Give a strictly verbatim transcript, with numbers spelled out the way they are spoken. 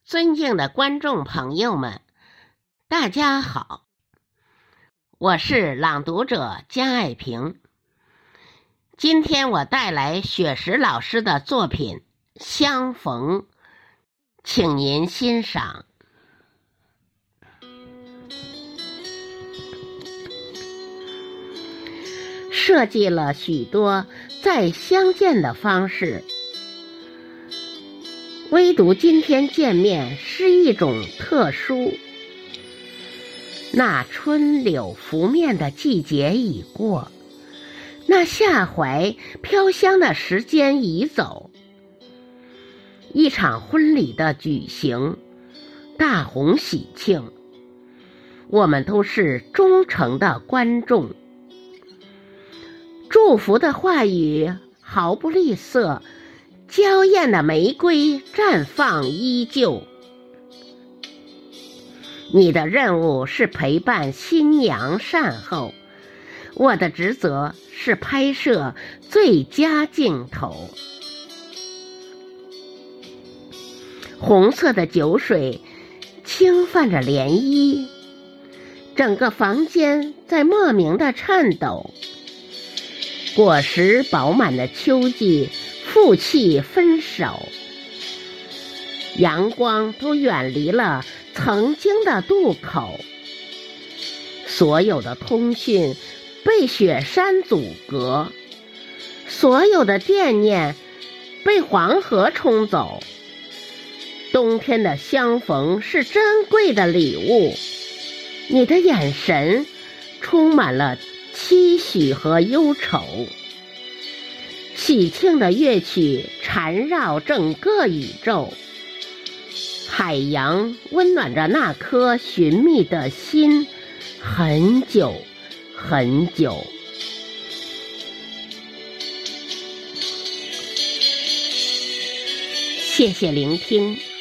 尊敬的观众朋友们，大家好，我是朗读者江爱萍。今天我带来雪石老师的作品《相逢》，请您欣赏。设计了许多再相见的方式，唯独今天见面是一种特殊。那春柳拂面的季节已过，那夏槐飘香的时间已走。一场婚礼的举行，大红喜庆，我们都是忠诚的观众。祝福的话语毫不吝啬，娇艳的玫瑰绽放依旧。你的任务是陪伴新娘善后，我的职责是拍摄最佳镜头。红色的酒水轻泛着涟漪，整个房间在莫名的颤抖。果实饱满的秋季负气分手，阳光都远离了曾经的渡口，所有的通讯被雪山阻隔，所有的惦念被黄河冲走。冬天的相逢是珍贵的礼物，你的眼神充满了期许和忧愁。喜庆的乐曲缠绕整个宇宙，海洋温暖着那颗寻觅的心，很久很久。谢谢聆听。